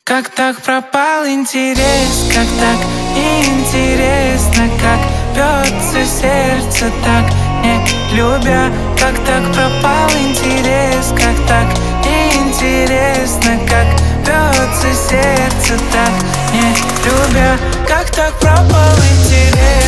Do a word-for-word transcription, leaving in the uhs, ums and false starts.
Как так пропал интерес, как так неинтересно, как бьется сердце так не любя. Как так пропал интерес, как так неинтересно, как бьется сердце так не любя. Как так пропал интерес.